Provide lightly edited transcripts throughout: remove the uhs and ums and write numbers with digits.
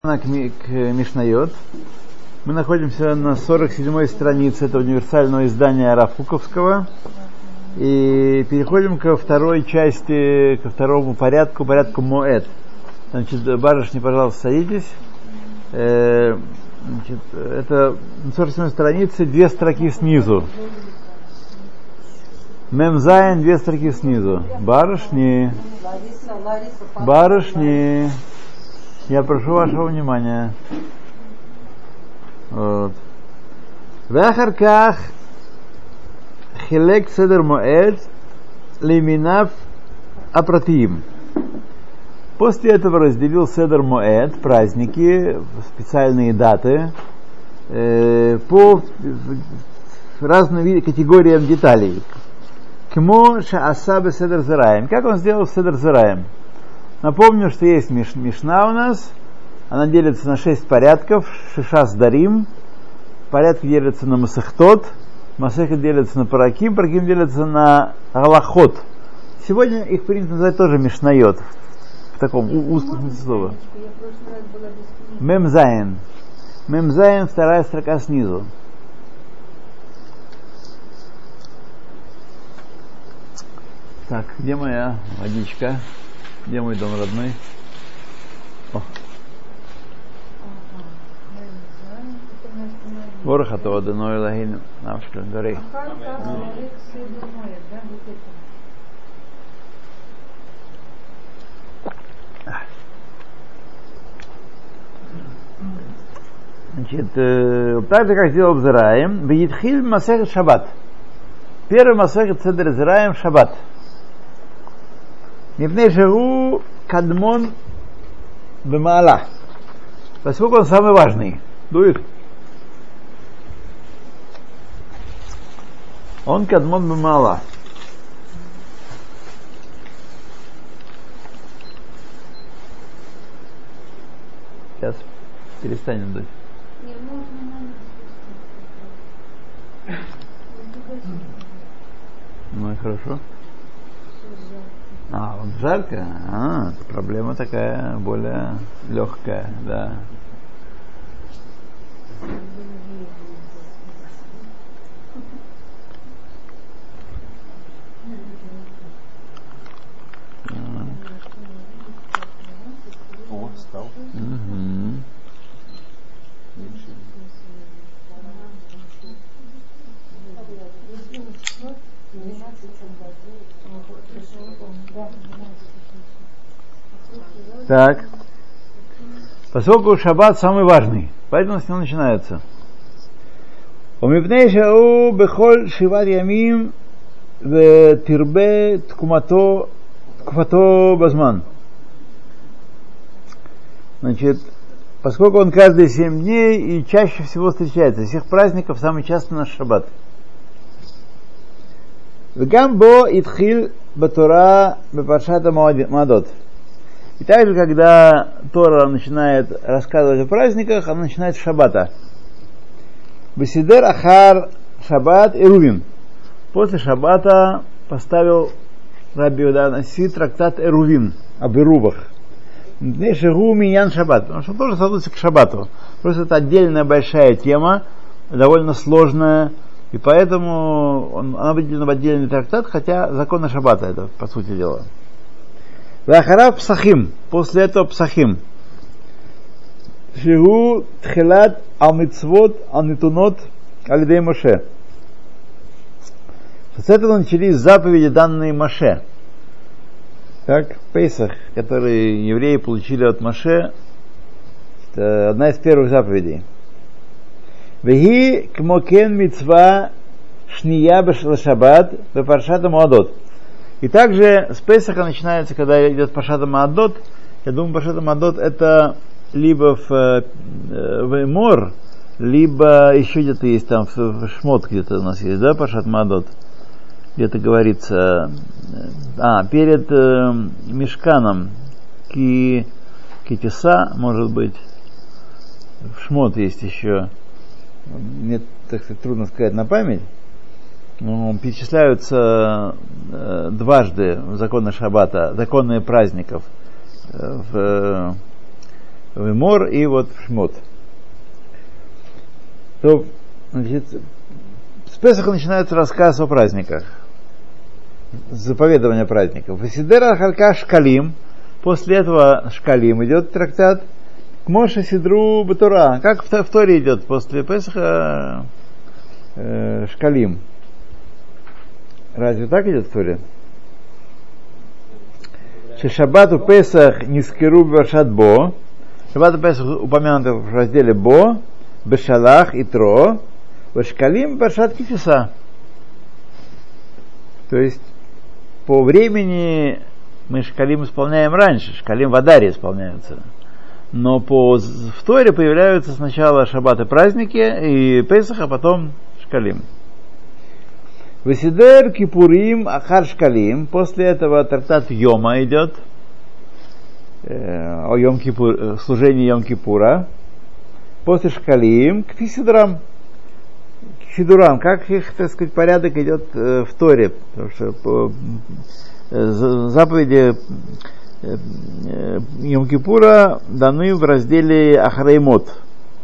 К Мишнайот. Мы находимся на 47-й странице этого универсального издания Рав Куковского и переходим ко второй части, ко второму порядку Моэд. Значит, барышни, пожалуйста, садитесь. Это на 47-й странице 2 строки снизу. Мемзайн 2 строки снизу. Барышни. Я прошу вашего внимания. Вот. Вахарках хилек седер моэд лиминав апратиим. После этого разделил седер моэд, праздники, специальные даты, по разным категориям деталей. Кмо шаасабе седер зираем. Как он сделал седер зираем? Напомню, что есть Мишна у нас. Она делится на 6 порядков. Шишас дарим. Порядки делятся на масехтот. Масехет делится на параким. Параким делится на галахот. Сегодня их принято называть тоже Мишнайот. В таком узком смысле слова. Мемзайн. Мемзайн, 2 строка снизу. Так, где моя водичка? Где мой дом родной? Ворохато одной лагин навшкин горей. Значит, так же, как сделал Зираем, Вейтхиль Масехет Шаббат. Первый Масехет Седер Зираем Шаббат. Мипнейшегу кадмон бемаала. Поскольку он самый важный. Дует. Он кадмон бемаала. Сейчас перестанем дуть. Ну и хорошо. Вот жарко? Проблема такая, более легкая, да. О, встал. Так. Поскольку шаббат самый важный, поэтому с него начинается. Умипнейшау бехоль шиват ямим ветирбе ткумато базман. Значит, поскольку он каждые 7 дней и чаще всего встречается, из всех праздников самый часто наш шаббат. Вегамбо итхил батора бепаршата маадот. И также, когда Тора начинает рассказывать о праздниках, она начинает с шаббата. Бесидер ахар шаббат Эрувин. После шаббата поставил Раби Йуда Анаси трактат Эрувин об Эрувах. Шегу миньян шаббат. Потому что тоже соотносится к шаббату. Просто это отдельная большая тема, довольно сложная, и поэтому она выделена в отдельный трактат, хотя законы шаббата это, по сути дела. Вахарав псахим. После этого псахим. Шигу тхилат ал-митцвот ал-нитунот аль-идей Моше. С этого начались заповеди, данные Моше. Как Пейсах, которые евреи получили от Моше. Это одна из первых заповедей. Веги кмокен митцва шния бешаббат бепаршата моадот. И также с Песаха начинается, когда идет Пашата Маадот. Я думаю, Пашата Маадот это либо в Эмор, либо еще где-то есть там в Шмот, где-то у нас есть, да, Пашат Маадот. Где-то говорится, перед Мишканом Китиса, может быть, в Шмот есть еще, мне, так сказать, трудно сказать на память. Перечисляются дважды законы шаббата, законы праздников в Вемор и вот Шмот. То, значит, с Песаха начинается рассказ о праздниках, заповедование праздников. Весидера Харка Шкалим, после этого Шкалим идет трактат к Моше Сидру Батура, как в Торе идет после Песаха Шкалим. Разве так идет в Торе? Шабату Песах Нискеру Башат Бо. Шабату Песах упомянуто в разделе Бо, Бешалах и Тро, Шкалим Башат Кифиса. То есть по времени мы Шкалим исполняем раньше, Шкалим в Адаре исполняются. Но в Торе появляются сначала Шаббат и праздники, и Песах, а потом Шкалим. Весидер Кипурим Ахар Шкалим. После этого трактат Йома идет о служении Йом-Кипура. После Шкалим к Сидурам, как их, так сказать, порядок идет в Торе, потому что заповеди Йом-Кипура даны в разделе Ахареймот.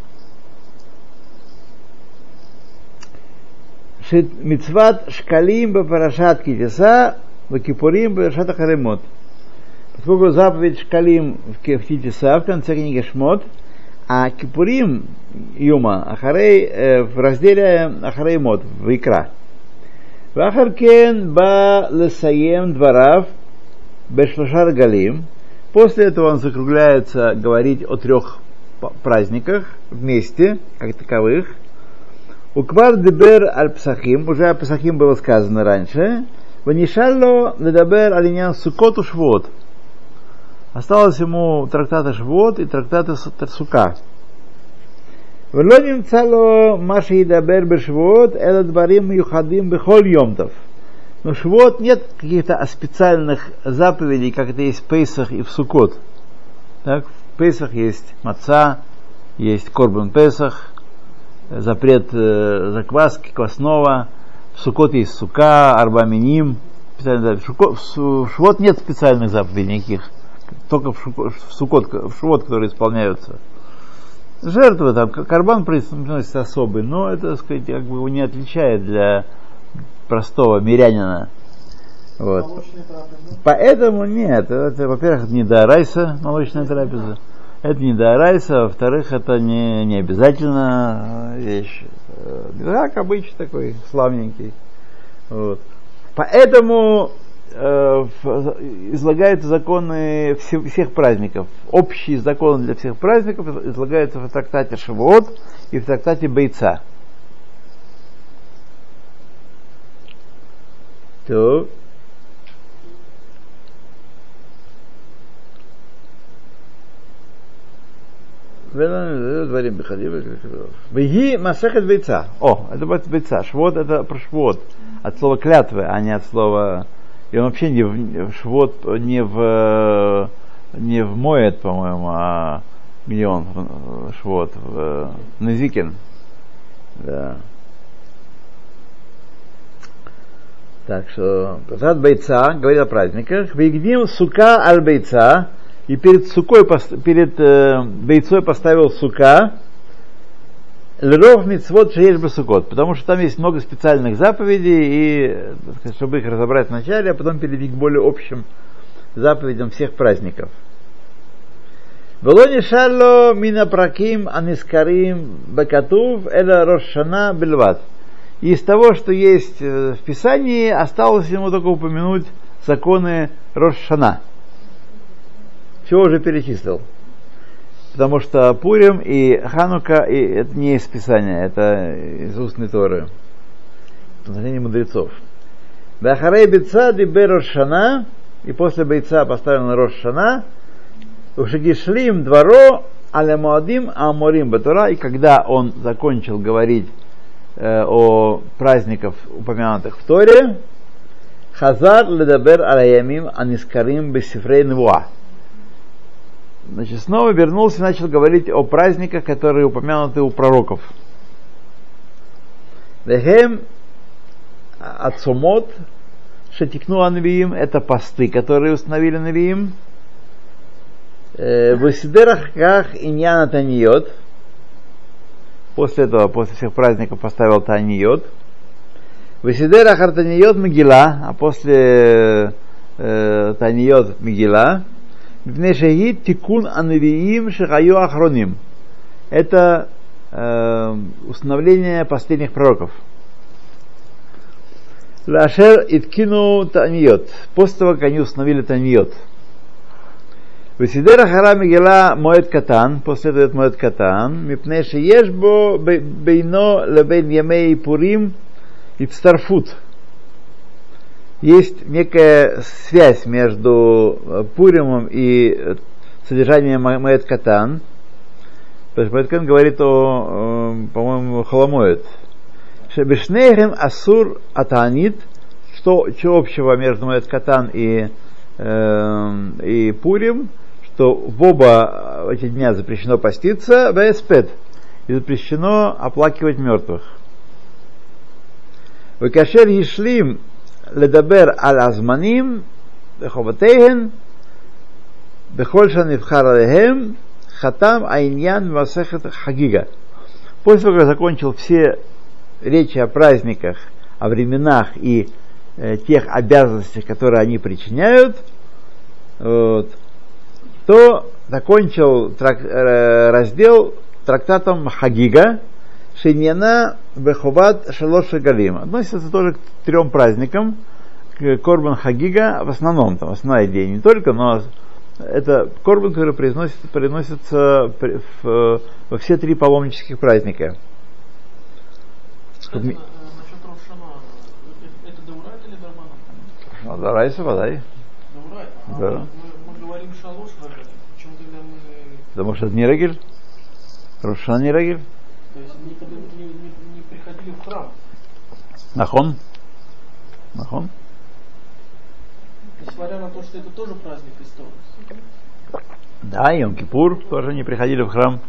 Мицват Шкалим бапарашат Китиса, Кипурим бапарашат Ахареймот. Поскольку заповедь Шкалим в Китиса в конце книги Шмот, а Кипурим Юма Ахарей в разделе Ахареймот в Икра. Вахаркен ба лесаем дворав бешлашар галим. После этого он закругляется говорить о 3 праздниках вместе, как таковых. Уквар дебер аль псахим, уже о псахим было сказано раньше. Ванишалло ледабер алинян сукот у швот. Осталось ему трактаты Швот и трактаты Сука. Велоним цало маши дабер бешвот этот барим юхадим бехоль йомтов. Но Швот нет каких-то специальных заповедей, как это есть в Пейсах и в Сукот. Так, в Пейсах есть маца, есть корбан Песах, запрет закваски, квасного. В Сукот есть сука, арба миним. В Швот нет специальных заповедей никаких. Только в Сукот, которые исполняются. Жертвы там, карбан приносится особый, но это, так сказать, как бы его не отличает для простого мирянина. Вот. Поэтому нет, это, во-первых, это не доарайса, молочная трапеза. Это не доарайса, во-вторых, это не обязательно вещь. Как обычно такой славненький. Вот. Поэтому излагаются законы всех праздников. Общие законы для всех праздников излагаются в трактате Шавуот и в трактате Бейца. То. Беги Масехет Бейца. О, это будет Бейца. Шавуот это про Шавуот. От слова клятвы, а не от слова. И он вообще не в Швот, не в Моэд, по-моему, а где он, Швот, в Назикин. Да. Так что, Трактат Бейца говорит о праздниках. Вегдим сука аль Бейца. И перед Бейцой поставил сука. Леров мицвот шееш бесукот, потому что там есть много специальных заповедей, и чтобы их разобрать вначале, а потом перейти к более общим заповедям всех праздников. Велони шарло мина праким анискарим бекатув эла рошана бельват. И из того, что есть в Писании, осталось ему только упомянуть законы Рош-Шана. Чего уже перечислил? Потому что Пурим и Ханука и это не из Писания, это из устной Торы. Постановление мудрецов. Бахарей Бейца дибер Рош-Шана, и после Бейца поставлен Рош-Шана, Ушагишлим дворо аля Моадим Аморим Батура, и когда он закончил говорить о праздниках, упомянутых в Торе, Хазар ледабер аляямим анискарим бесифрей невуа. Значит, снова вернулся и начал говорить о праздниках, которые упомянуты у пророков. Вехем ацумот шетикну анвиим, это посты, которые установили навиим. В Сидерах как иньяна таниот. После этого, после всех праздников поставил таниот. В Сидерах артаниот Мегила, а после таниот Мегила. Внешагит тикун анавиим шихаю ахроним. Это установление последних пророков. Лашер иткину таниот. После того, как они установили таниот. Весидера хара мегила моэд катан. После этого моэд катан. Мипней шеешбо бейно лебейн ямей пурим ицтарфут. Есть некая связь между Пуримом и содержанием моэд катан. Потому что моэд катан говорит о, по-моему, Холомоэд. Шебешнейхем асур атанит, что общего между моэд катан и Пурим, что в оба эти дня запрещено поститься, веспет, и запрещено оплакивать мертвых. Векашер ешлим ледабер аль азманим беховатейхен бехольшан ивхар алехем хатам айньян васехет хагига. После того, как закончил все речи о праздниках, о временах и тех обязанностях, которые они причиняют, вот, то закончил раздел трактатом Хагига Шиньяна Беховат Шалоша Галим. Относится тоже к 3 праздникам, к Корбан Хагига в основном, там основная идея не только, но это Корбан, который приносится во все 3 паломнических праздника. Насчет Рошана, это Даурайт или Дармана? Дарайса, водай. Даурайт? Да. Мы говорим шалош рагель. Почему тогда мы... Потому что это не рагель. Рошана не рагель. То есть они когда не приходили в храм. Нахон. Несмотря на то, что это тоже праздник истории. Да, Йом-Кипур тоже не приходили в храм.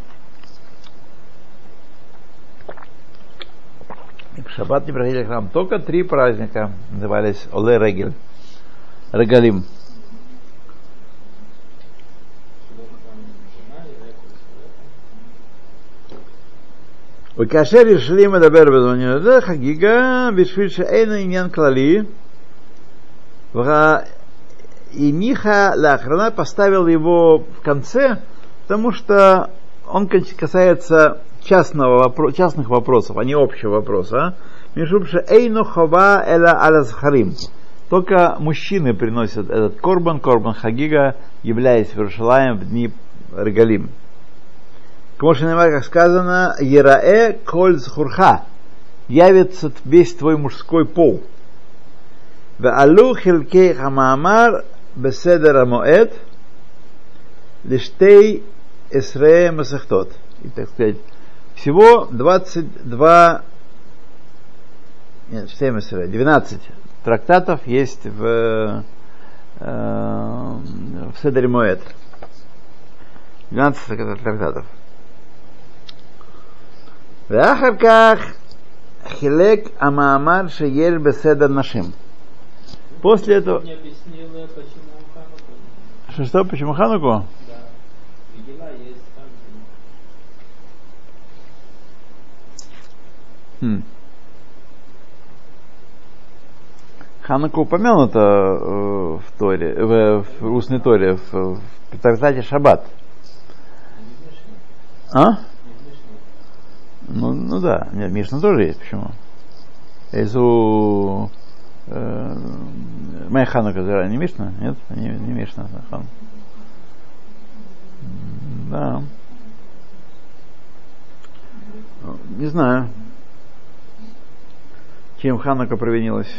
И в шаббат не приходили в храм. Только 3 праздника назывались Оле Регель. Регалим. וכאשר השלים מדבר בזמנים הזה, חגיגה בשביל שאין עניין כללי, и Миха לאחרונה поставил его в конце, потому что он касается частных вопросов, а не общего вопроса. Мишубша эйну хова эла аля захарим. Только мужчины приносят этот корбан хагига, являясь в Иерушалаим в дни Регалим. Как сказано, Ерае коль зхурха, явится весь твой мужской пол. Ваалу хилкей хамаамар беседер амоэд лиштей эсре масахтот. И, так сказать, всего 12 трактатов есть в Седере Моэд. 12 трактатов. ואחר כך חילק המאמר שיש בסדר נשים. После этого... Не объяснила, почему Хануку. Что, почему Хануку? Да. Видела, есть Хануку. Ханука упомянута в Торе, в устной Торе, в трактате Шаббат. А? Ну да, нет, Мишна тоже есть, почему? Эзу моя Ханука не Мишна? Нет, не Мишна, а Хан. Да. Не знаю, чем Ханука провинилась.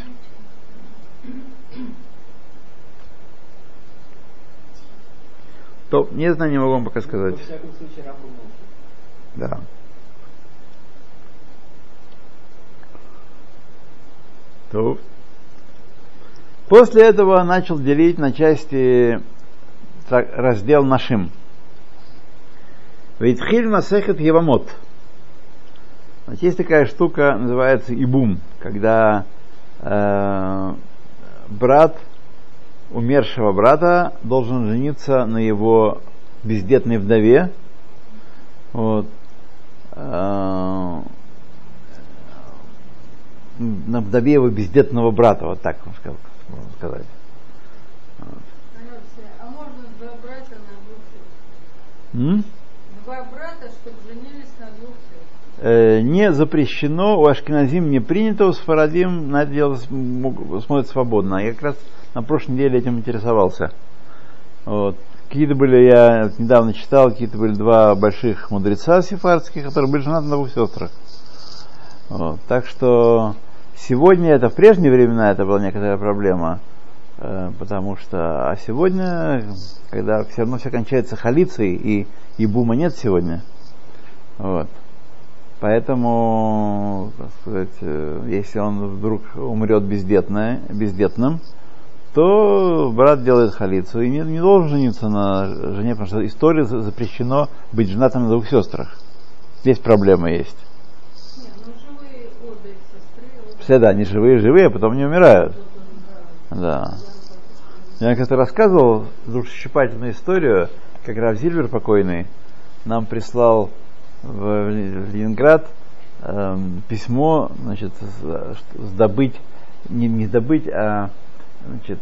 То, не знаю, не могу вам пока сказать. Во всяком случае, Рамбам молчит. Да. То. После этого начал делить на части раздел Нашим. Вейтхиль масехет Евамот. Есть такая штука, называется ибум, когда брат умершего брата должен жениться на его бездетной вдове. Вот. На вдове его бездетного брата, вот так можно сказать. Вот. А можно два брата на двух сестр? Два брата, чтобы женились на двух сестр? Не запрещено, у ашкеназим не принято, у сфарадим на это дело смотрят свободно. Я как раз на прошлой неделе этим интересовался. Вот. Какие-то были, я недавно читал, какие-то были два больших мудреца сефардских, которые были женаты на двух сестрах. Вот. Так что сегодня, это в прежние времена, это была некоторая проблема, потому что, а сегодня, когда все равно все кончается халицей, и бума нет сегодня, вот. Поэтому, так сказать, если он вдруг умрет бездетным, то брат делает халицу и не должен жениться на жене, потому что история запрещено быть женатым на двух сестрах. Здесь проблема есть. Нет, ну живые обе сестры. Все, да, они живые, а потом не умирают. Да. Я как-то рассказывал душещипательную историю, как Рав Зильбер покойный нам прислал в Ленинград письмо, значит, сдобыть, не сдобыть, а значит,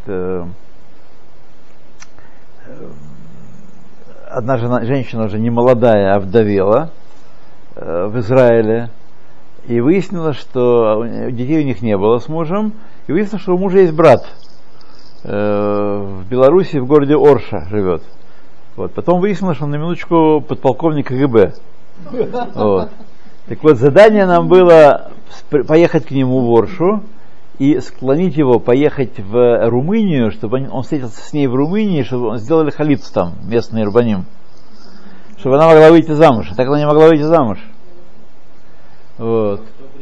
одна женщина уже не молодая, а вдовела в Израиле, и выяснилось, что детей у них не было с мужем, и выяснилось, что у мужа есть брат в Беларуси, в городе Орша живет. Вот. Потом выяснилось, что он на минуточку подполковник КГБ. Вот. Так вот, задание нам было поехать к нему в Оршу и склонить его поехать в Румынию, чтобы он встретился с ней в Румынии, чтобы сделали халицу там, местный рабаним, чтобы она могла выйти замуж. А так она не могла выйти замуж. Вот.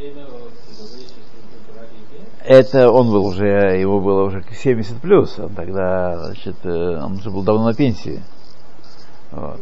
Это он был уже, его было уже 70 плюс, он тогда, значит, он уже был давно на пенсии. Вот.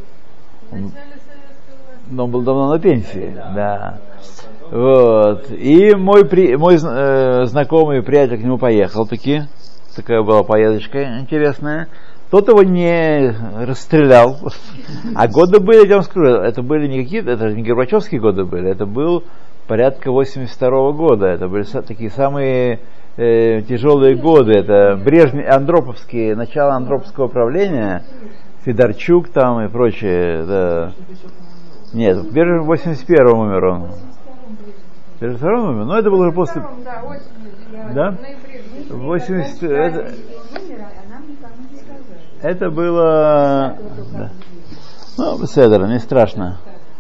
Он был давно на пенсии, да. Вот. И мой знакомый приятель к нему поехал таки. Такая была поездочка интересная. Тот его не расстрелял. А годы были, я вам скажу, это были не какие-то, это не Горбачевские годы были, это был порядка 82 года. Это были такие самые тяжелые годы. Это Андроповские, начало Андроповского правления, Федорчук там и прочее. Да. Нет, в 81-м умер он. В 82-м умер? Но это было уже после... Да? 80... Это было... Да. Ну, Седер, не страшно.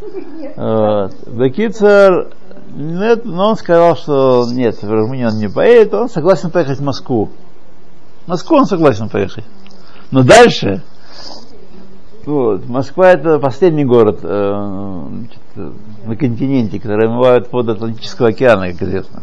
Бекицер... Нет, но он сказал, что нет, в Румынию он не поедет, он согласен поехать в Москву. В Москву он согласен поехать. Но дальше... Вот. Москва — это последний город на континенте, который омывает воды Атлантического океана, как известно.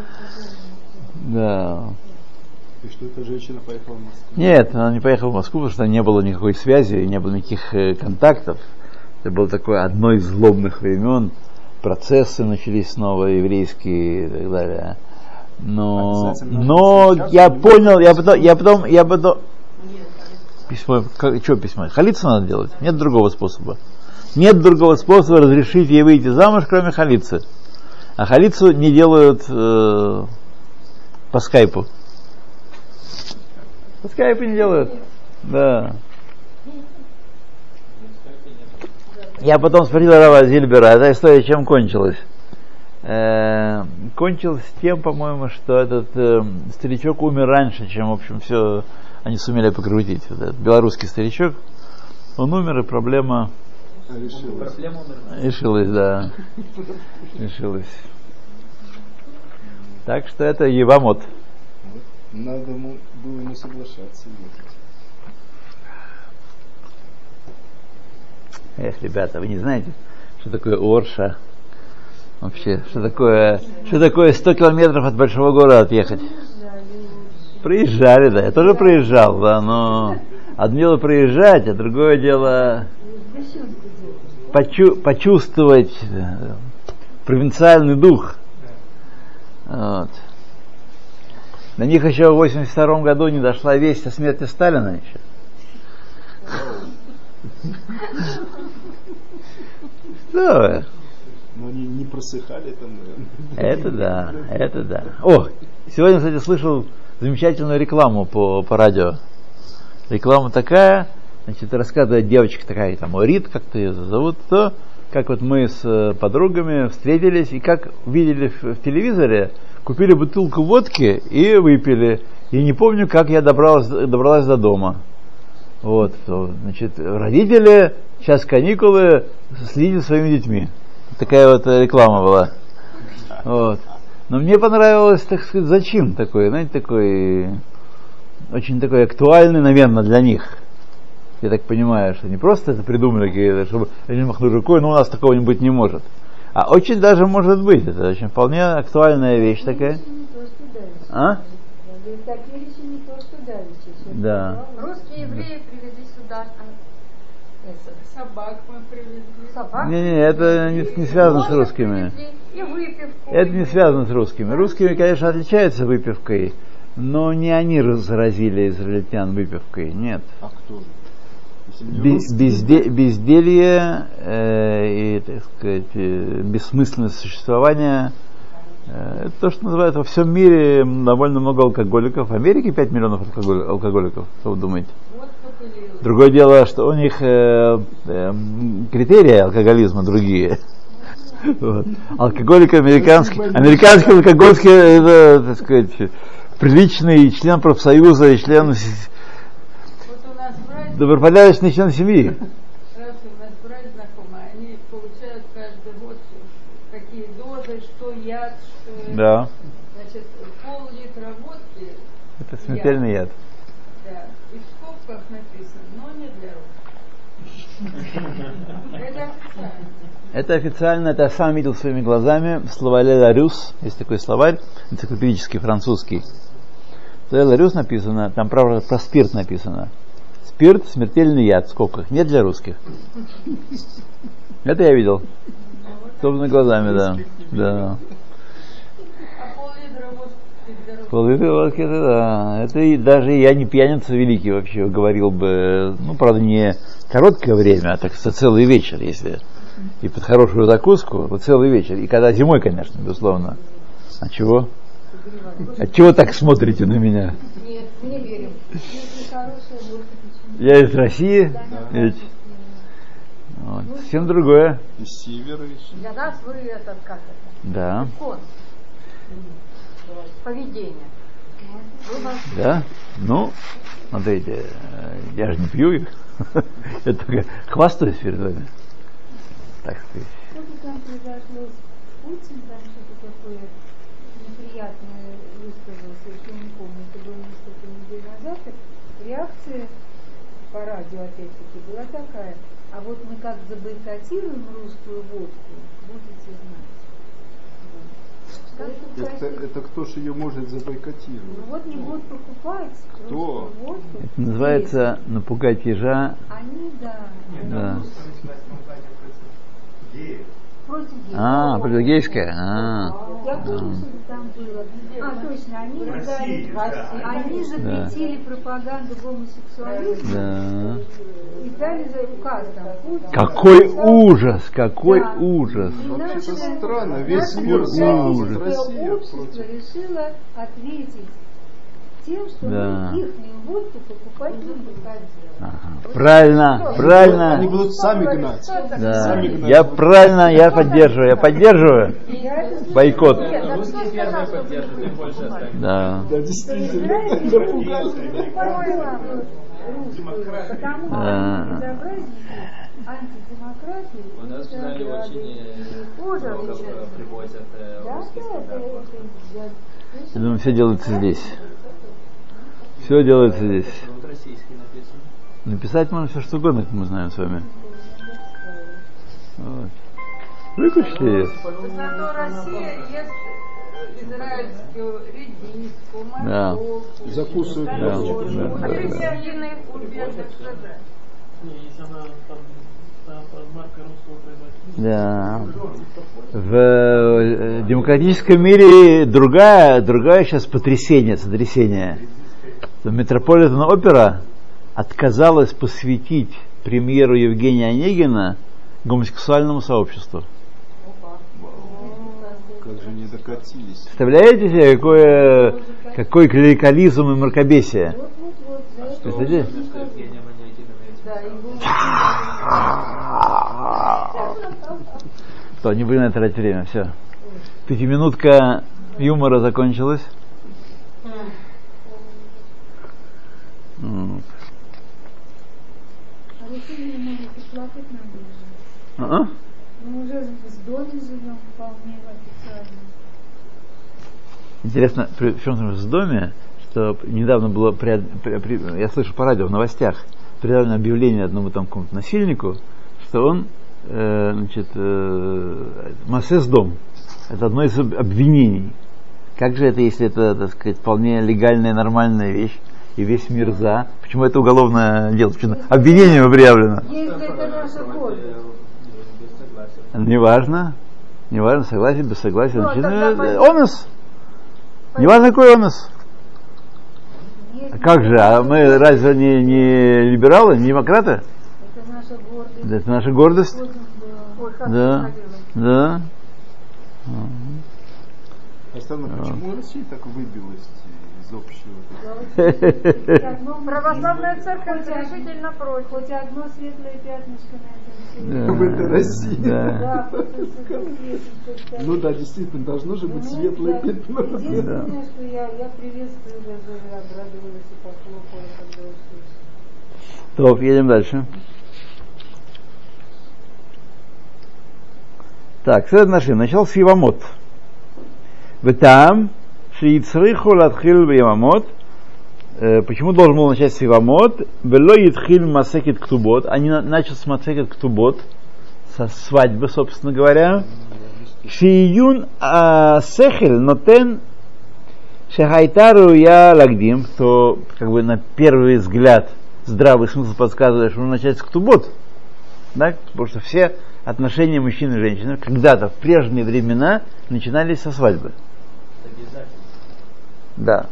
Да. И что эта женщина поехала в Москву? Нет, она не поехала в Москву, потому что не было никакой связи, не было никаких контактов. Это было такое одно из злобных времен. Процессы начались снова еврейские и так далее. Но я понял, я потом письмо, что письмо? Халицу надо делать? Нет другого способа. Нет другого способа разрешить ей выйти замуж, кроме халицы. А халицу не делают по скайпу. По скайпу не делают. Да. Я потом спросил Рава Зильбера, эта история чем кончилась? Кончилась тем, по-моему, что этот старичок умер раньше, чем, в общем, все они сумели покрутить. Вот этот белорусский старичок, он умер, и проблема решилась, да. Решилась. Так что это Евамот. Надо было не соглашаться. Эх, ребята, вы не знаете, что такое Орша? Вообще, что такое 100 километров от большого города отъехать? Проезжали, да, я тоже проезжал, да, но одно дело проезжать, а другое дело почувствовать провинциальный дух. Вот. До них еще в 82 году не дошла весть о смерти Сталина еще. Что вы? Но они не просыхали там, наверное. Это да. О, сегодня, кстати, слышал замечательную рекламу по радио. Реклама такая, значит, рассказывает девочка такая, там, Рит, как-то ее зовут, то, как вот мы с подругами встретились, и как видели в телевизоре, купили бутылку водки и выпили. И не помню, как я добралась до дома. Вот, значит, родители, сейчас каникулы, следят за своими детьми. Такая вот реклама была. Вот. Но мне понравилось, так сказать, зачин такой, знаете, такой, очень такой актуальный, наверное, для них. Я так понимаю, что не просто это придумали, чтобы они махнули рукой, но у нас такого быть не может. А очень даже может быть. Это очень вполне актуальная вещь такая. А? Да. Русские евреи привезли сюда собак, мы привезли. Не, это не связано с русскими. И выпивку. Это не связано с русскими. Русскими, конечно, отличаются выпивкой, но не они заразили израильтян выпивкой, нет. А кто? Безделье и, так сказать, бессмысленность существования. Это то, что называют во всем мире довольно много алкоголиков. В Америке 5 миллионов алкоголиков, что вы думаете? Другое дело, что у них критерии алкоголизма другие. Вот. Алкоголик американский алкоголик, это, так сказать, приличный член профсоюза и член добропорядочный член семьи. У нас брать знакомые, они получают каждый год какие дозы, что яд, что... Да. Значит, пол-литра водки... Это смертельный яд. Да. И в скобках написано, но не для рук. Это официально. Это я сам видел своими глазами в словаре Ларюс, есть такой словарь, энциклопедический, французский. В словаре Ларюс написано, там правда про спирт написано. Спирт, смертельный яд, в скобках, не для русских. Это я видел. Собственными глазами, да. А пол-литра водки для рук? Пол-литра водки, это да. Это и даже я не пьяница великий вообще говорил бы, ну, правда, не короткое время, а так целый вечер, если и под хорошую закуску, то целый вечер. И когда зимой, конечно, безусловно. А чего? А чего так смотрите на меня? Нет, не верим. Я из России, ведь вот. Совсем другое. Из севера еще. Для нас вы этот, как это? Да. Икон. Поведение. Да? Ну, смотрите, я же не пью их. Я только хвастаюсь перед вами. Так сказать. Что-то там произошло с Путиным, там что-то такое неприятное высказался, я не помню, это было несколько недель назад. Реакция по радио опять-таки была такая: а вот мы как забойкотируем русскую водку, будете знать. Это кто же ее может забойкотировать? Ну вот не будут покупать русскую водку. Это называется напугать ежа. Они, да. Против геев. противогейская. Я помню, что там было. Точно, они запретили пропаганду гомосексуализма. Да. И дали за указ там. Какой ужас, какой ужас. Вообще это странно, весь мир ужас. Россия Общество решило ответить тем, что Да. мы их водку покупать не будем. Правильно. Они будут сами гнать. Да. Сами гнать. Я поддерживаю бойкот. Да. Да, действительно. Потому что безобразники, антидемократии, У нас в зале очень много привозят русских стандартов. Я думаю, все делается здесь. Все делается здесь. Вот российский написан. Написать можно все что угодно, как мы знаем с вами. Вот. Выключите ее. Зато Россия ест израильскую редиску, Да. морковку. Закусывают Да. водочкой. Да. Апельсины убежек сказать. Не, если она там марка русского производителя. Да. В демократическом мире другая сейчас сотрясение. Метрополитен опера отказалась посвятить премьеру Евгения Онегина гомосексуальному сообществу. Как же не докатились. Представляете себе, какой клерикализм и мракобесие? Представляете? Что, не будем на это тратить время, все. 5-минутка юмора закончилась. А решили, может, и плакать надо уже. Мы уже в доме живем вполне официально. Интересно, в чем в доме, что недавно было, я слышу по радио в новостях, предъявлено объявление одному там какому-то насильнику, что он, массез дом. Это одно из обвинений. Как же это, если это, так сказать, вполне легальная, нормальная вещь, и весь мир за? Почему это уголовное дело? Почему обвинение объявлено? Если это наша гордость. Неважно, согласие, без согласия. Онос. Неважно, какой онос. А как же? А мы разве не либералы, не демократы? Это наша гордость. Это наша гордость? Да. Да. Почему Россия так выбилась из общего? Православная церковь решительно против. Хоть одно светлое пятнышко на этом свете. В этой России. Да. Ну да, действительно, должно же быть светлое пятно. Единственное, что я приветствую, даже обрадовалась и похлопала, когда услышала. Так, едем дальше. Так, следует нашим. Начал с Евамот. Там шиицриху латхил б'явамот. Почему должен был начать с Евамот? Вело йитхил масекет ктубот. Они начали с масекет ктубот, со свадьбы, собственно говоря. Шиюн сехель нотен шахайтару я лагдим, то как бы на первый взгляд здравый смысл подсказывает, что нужно начать с ктубот. Да? Потому что все отношения мужчины и женщины когда-то в прежние времена начинались со свадьбы. Да.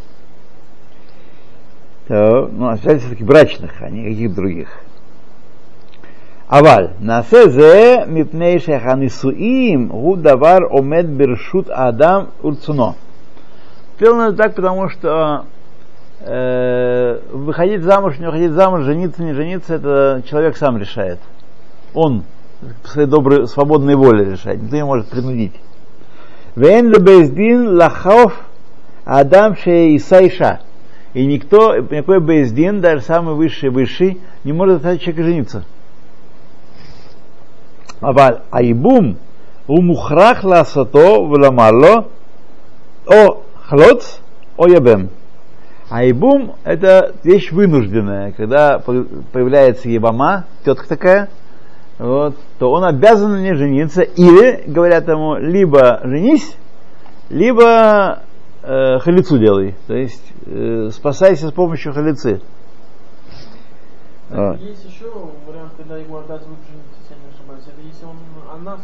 То, ну, обязательно все-таки брачных, а не каких других. Аваль, насезе мипней шеханисуим гудавар омед бершут адам урцуно. Сделано так, потому что выходить замуж, не выходить замуж, жениться, не жениться, это человек сам решает. Он по своей доброй, свободной воле решает. Никто не может принудить. Вен лебездин лахов адам шеисайша. И никакой бейздин, даже самый высший, не может заставить человека жениться. Аваль айбум умухрах ласото вламарло о хлоц о ябем. Айбум — это вещь вынужденная. Когда появляется ебама, тетка такая, вот, то он обязан на ней жениться, или, говорят ему, либо женись, либо халицу делай, то есть спасайся с помощью халицы. Есть еще вариант, когда его обязывают жениться, если я не ошибаюсь. Это если он о нас.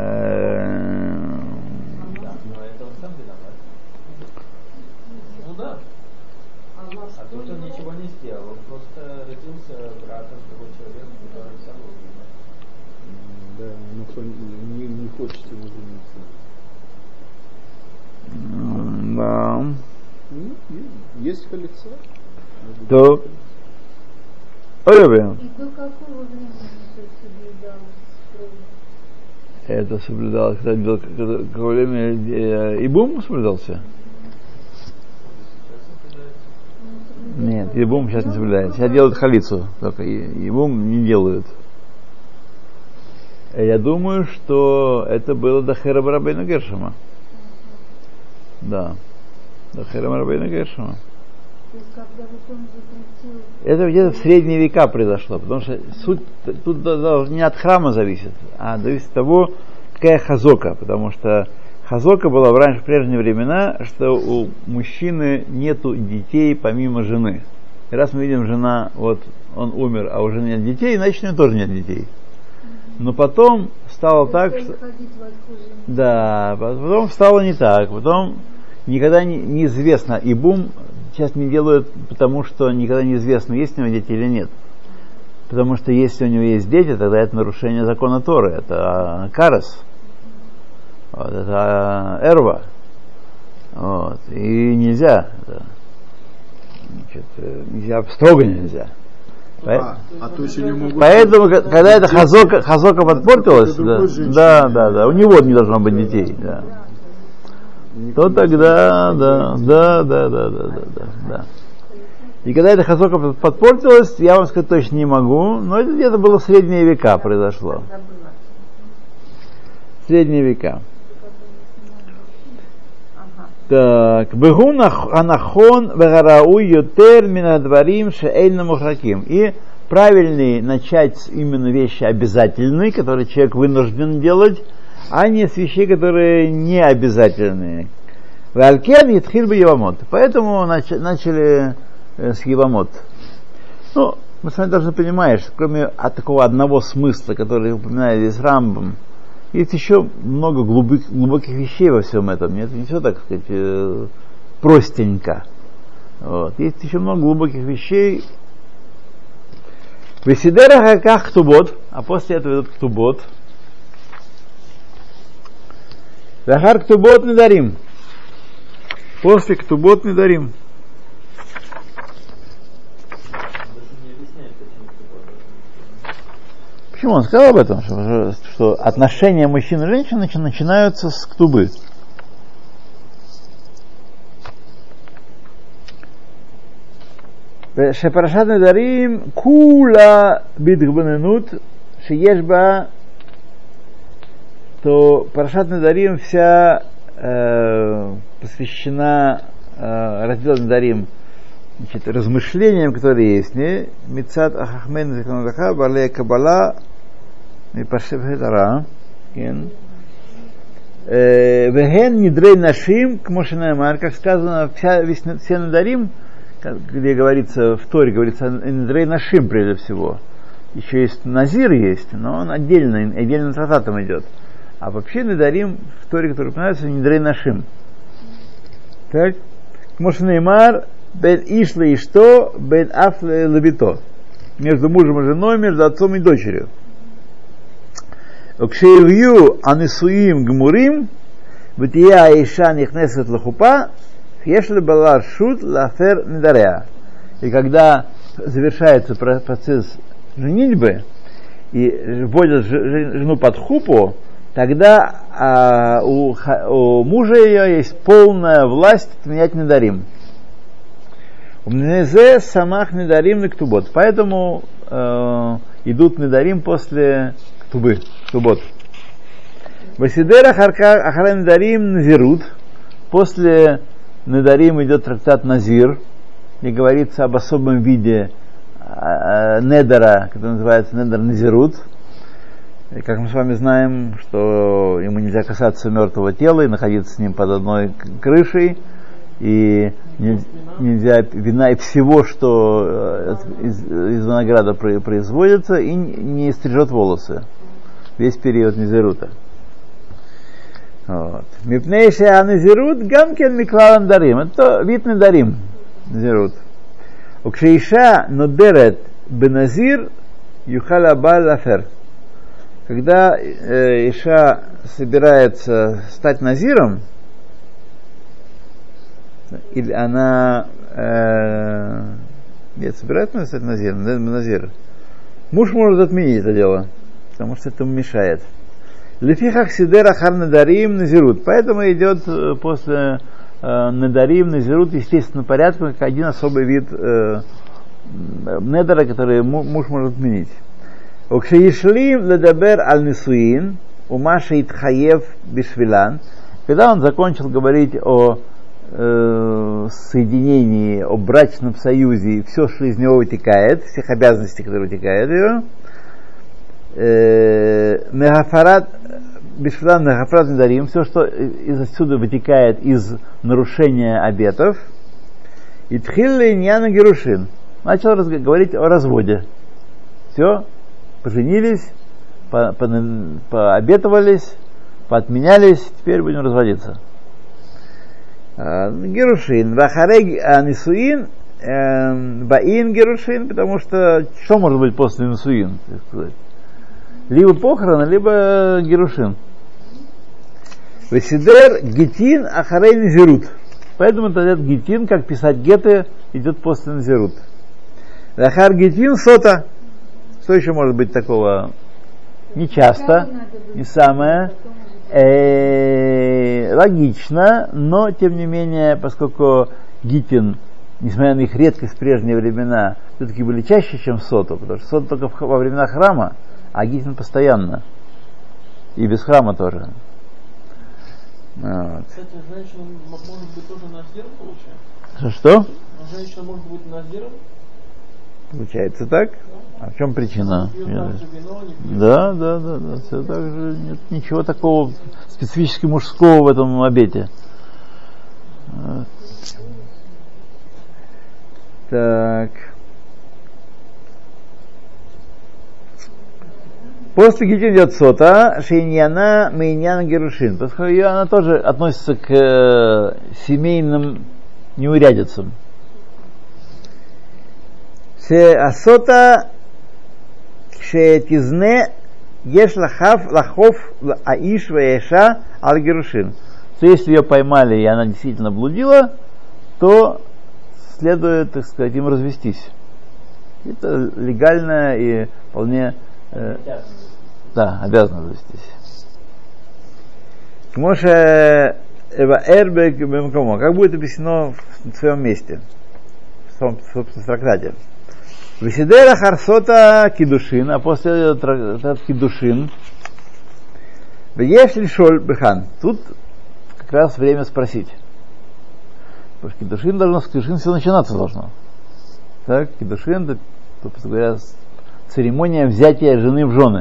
Да, но это он сам виноват. Ну да. А тут он ничего не сделал, он просто родился братом другого человека, который сам был виноват. Да, но не хочет ему жениться. Да. Есть халица? То Оябем. И до какого времени это соблюдалось? Это соблюдалось, когда какое время Ибум соблюдался? Нет, Ибум сейчас не соблюдается. Сейчас делают халицу, только Ибум не делают. Я думаю, что это было до Хереба Рабейну Гершома. Да. До Хереба Рабейну Гершома. Это где-то в средние века произошло, потому что суть тут не от храма зависит, а зависит от того, какая хазока, потому что хазока была в прежние времена, что у мужчины нету детей помимо жены. И раз мы видим, жена, вот он умер, а у жены нет детей, значит у него тоже нет детей. Но потом стало так, что... Да, потом стало не так, потом никогда неизвестно, и бум сейчас не делают, потому что никогда неизвестно, есть у него дети или нет. потому что если у него есть дети, тогда это нарушение закона Торы, это карас, вот, это эрва, вот, и нельзя, нельзя, строго нельзя. То есть они могут... Поэтому, когда эта хазока подпортилась, да, у него не должно быть детей, да. То тогда, да. И когда эта хазока подпортилась, я вам сказать точно не могу, но это где-то было в средние века произошло. Средние века. Так, бегун анахон вегарау йотер минадварим шеэйна мухраким. И правильный начать именно вещи обязательные, которые человек вынужден делать, а не с вещей, которые не обязательные. Валькен ятхил бы Евамот. Поэтому начали с Евамот. Ну, мы с вами должны понимать, что кроме такого одного смысла, который упоминает здесь Рамбам, есть еще много глубоких вещей во всем этом. Это не все, так сказать, простенько. Вот. Есть еще много глубоких вещей. Весидера хаках ктубот, а после этого идут ктубот. Захар ктубот не дарим. После ктубот не дарим. Почему он сказал об этом? Что отношения мужчин и женщин начинаются с ктубы. Шепарашат недарим кула бидгбаненут шеешба, то Парашат недарим вся посвящена разделу недарим, размышлениям, которые есть в ней. Мицат ахахмен зиханадаха бале кабала мипашев хетара вехен нидрей нашим кмошинаймар, как сказано, все недарим, где говорится в Торе, говорится нидрей нашим прежде всего. Еще есть назир есть, но он отдельным трактатом идет. А вообще недарим в Торе, который упоминается, нидрей нашим. Так, кмошинаймар бен ишла и что, бен афле лабито. Между мужем и женой, между отцом и дочерью. Кшеевью анисуим гмурим, бытия аиша нихнесет лахупа, фешли бала шут лафер недареа. И когда завершается процесс женитьбы и вводят жену под хупу, тогда у мужа ее есть полная власть отменять недарим. Умнезе самах недарим на ктубот. Поэтому идут недарим после ктубот. Васидера ахара недарим назирут. После недарим идет трактат Назир, где говорится об особом виде недера, который называется недер назирут. И как мы с вами знаем, что ему нельзя касаться мертвого тела и находиться с ним под одной крышей, и нельзя вина и всего, что из винограда производится, и не стрижет волосы весь период низирута. Мипнейши анизирут гамкен миклалан дарим. Это вид недарим низирут. Укшейша нодерет беназир юхала бал афер. Когда Иша собирается стать назиром, или она собирается стать назиром, муж может отменить это дело, потому что это мешает. Лефихах сидера хар надарим назирут. Поэтому идет после надарим назирут естественным порядком, как один особый вид недера, который муж может отменить. Укшеишлим ледабер аль нисуин умаша итхаев бишвилан. Когда он закончил говорить о соединении, о брачном союзе и все, что из него вытекает, всех обязанностей, которые вытекают из него, мегафарат бишвилан мегафарат недарим, все, что из отсюда вытекает из нарушения обетов, итхилли ньяна герушин, начал говорить о разводе. Все, поженились, пообетовались, поотменялись, теперь будем разводиться. Герушин, вахарег анисуин, Баин Герушин, потому что что может быть после Нисуин, так сказать? Либо похороны, либо Герушин. Весидер Гетин Ахарей Назирут. Поэтому этот Гетин, как писать геты, идет после Назирут. Ахар Гетин Сота. Что еще может быть такого? Не часто, не самое логично, но тем не менее, поскольку Гитин, несмотря на их редкость в прежние времена, все-таки были чаще, чем Соту, потому что Сота только во времена храма, а Гитин постоянно. И без храма тоже. Вот. Кстати, женщина может быть тоже назиром, получается? Что? Женщина может быть назиром? Получается так? А в чем причина? Да. Все так же нет ничего такого специфически мужского в этом обете. Так. После Гитин идет Сота, Шейньяна Мейнян Герушин. Поскольку она тоже относится к семейным неурядицам. Асота Кшетизне Еш Лахов Аиш Ваеша Аль Герушин. То если ее поймали и она действительно блудила, то следует, так сказать, им развестись. Это легально и вполне обязаны развестись. Моше Эрбек Бемкомо. Как будет объяснено в своем месте, в собственном трактате. Висидера Харсота Кидушин, а после трактат Кидушин. Если Шоль Бехан. Тут как раз время спросить. Потому что Кидушин все начинаться должно. Так, Кидушин, это, собственно говоря, церемония взятия жены в жены.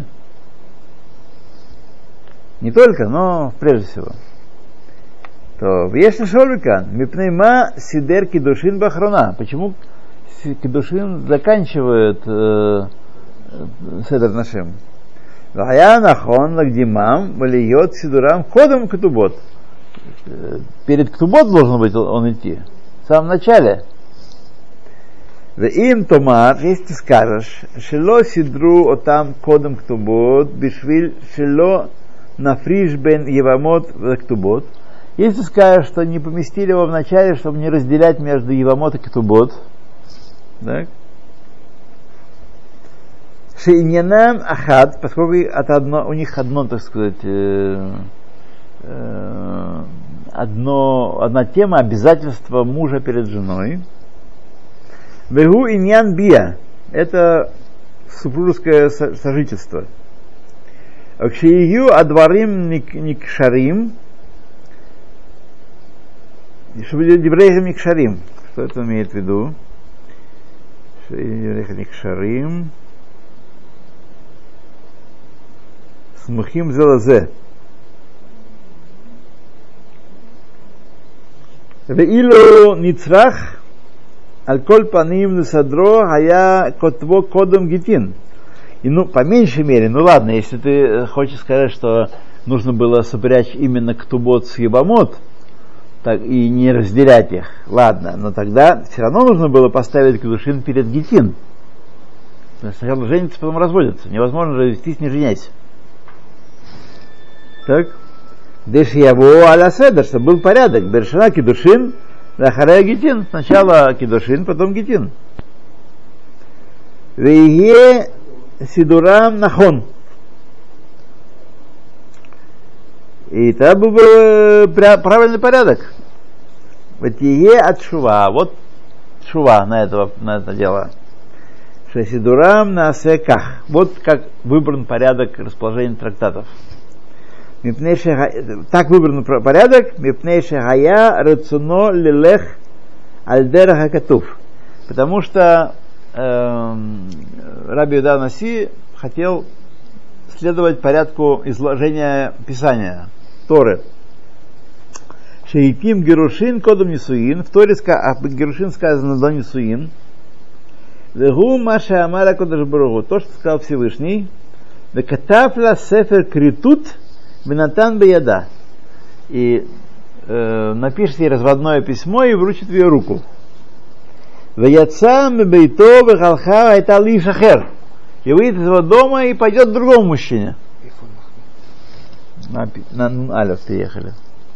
Не только, но прежде всего. То если Шоль Бехан, Мипнейма Сидер Кидушин Бахрона. Почему Кидушин заканчивает Седер Нашим? Вая нахон лагдимам валиот сидурам ходом ктубот. Перед ктубот должен быть он идти. В самом начале. Им томар, если ты скажешь, шело сидру отам кодом ктубот, бишвиль шело нафриш бен евамот ктубот. Если ты скажешь, что не поместили его в начале, чтобы не разделять между евамот и ктубот, так? Шейнянам ахад, поскольку у них одно, так сказать, одна тема обязательства мужа перед женой. Вегу иньян бия, это супружеское сожительство. Кшиегю адварим никшарим, чтобы деврейхам никшарим. Что это имеет в виду? Никшарим смухим зелазе. Веило ницрах аль-коль паним несадро хая котво кодом гитин. И по меньшей мере, ладно, если ты хочешь сказать, что нужно было сопрячь именно ктубот с ебамот, так, и не разделять их, ладно, но тогда все равно нужно было поставить кедушин перед гитин. Сначала женятся, потом разводятся. Невозможно развестись, не женясь. Так? Деш яво аля седер, чтобы был порядок. Бершина кедушин, лахарая гитин. Сначала кедушин, потом гитин. Вейе сидурам нахон. И это был бы правильный порядок. Ватие от шува. Вот шува на это дело. Шесидурам на секах. Вот как выбран порядок расположения трактатов. Так выбран порядок. Мипнейши гая рацуно лилех альдера хакатув. Потому что Раби Юда Наси хотел следовать порядку изложения Писания, Торы. Шейтим Герушин кодом Нисуин. В Торе Герушин сказано до Нисуин. Вегу маша амара кодаш баругу. То, что сказал Всевышний. Векатафла сефер критут винатан беяда. И напишет ей разводное письмо и вручит в ее руку. Ваяца мебейто вехалха это лишахер. И выйдет из его дома и пойдет к другому мужчине. На Алев приехали.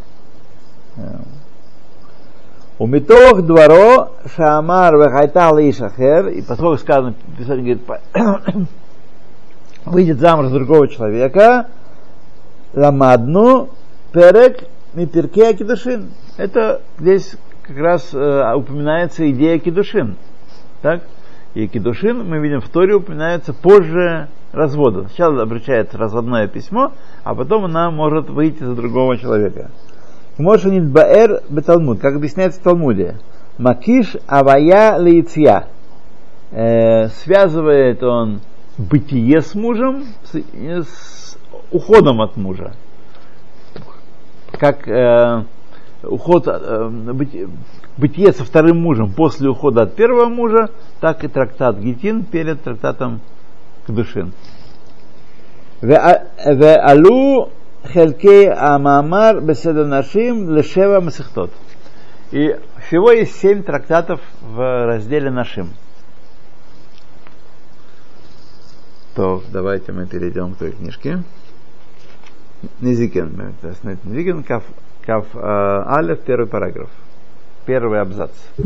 У Митох дворо Шамар вехайта лишахер. И поскольку сказано, писатель говорит, выйдет замуж за другого человека, ламадну перек мипирке кидушин. Это здесь как раз упоминается идея кидушин. Так? И кидушин, мы видим, в Торе упоминается позже развода. Сначала обращается разводное письмо, а потом она может выйти за другого человека. Мошенит баэр беталмуд, как объясняется в Талмуде. Макиш авая лейция. Связывает он бытие с мужем с уходом от мужа. Как уход, бытие со вторым мужем после ухода от первого мужа, так и трактат Гитин перед трактатом Кедушин. Ве'алу хелькей амамар беседа нашим лешева масихтот. И всего есть 7 трактатов в разделе нашим. То давайте мы перейдем к той книжке. Низикен, Низикен, Кав Алеф, первый параграф, первый абзац.